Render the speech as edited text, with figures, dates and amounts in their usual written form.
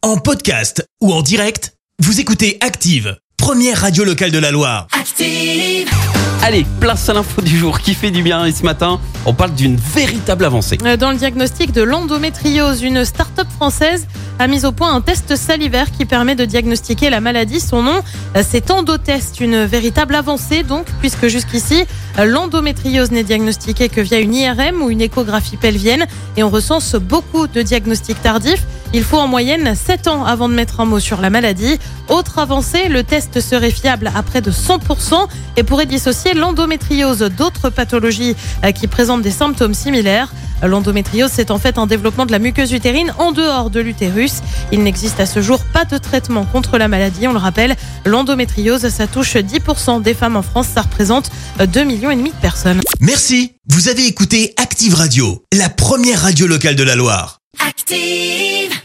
En podcast ou en direct, vous écoutez Active, première radio locale de la Loire. Active. Allez, place à l'info du jour qui fait du bien. Et ce matin, on parle d'une véritable avancée. Dans le diagnostic de l'endométriose, une start-up française a mis au point un test salivaire qui permet de diagnostiquer la maladie. Son nom, c'est Endotest, une véritable avancée donc, puisque jusqu'ici, l'endométriose n'est diagnostiquée que via une IRM ou une échographie pelvienne et on recense beaucoup de diagnostics tardifs. Il faut en moyenne 7 ans avant de mettre un mot sur la maladie. Autre avancée, le test serait fiable à près de 100% et pourrait dissocier l'endométriose d'autres pathologies qui présentent des symptômes similaires. L'endométriose, c'est en fait un développement de la muqueuse utérine en dehors de l'utérus. Il n'existe à ce jour pas de traitement contre la maladie. On le rappelle, l'endométriose, ça touche 10% des femmes en France. Ça représente 2,5 millions de personnes. Merci, vous avez écouté Active Radio, la première radio locale de la Loire. Active.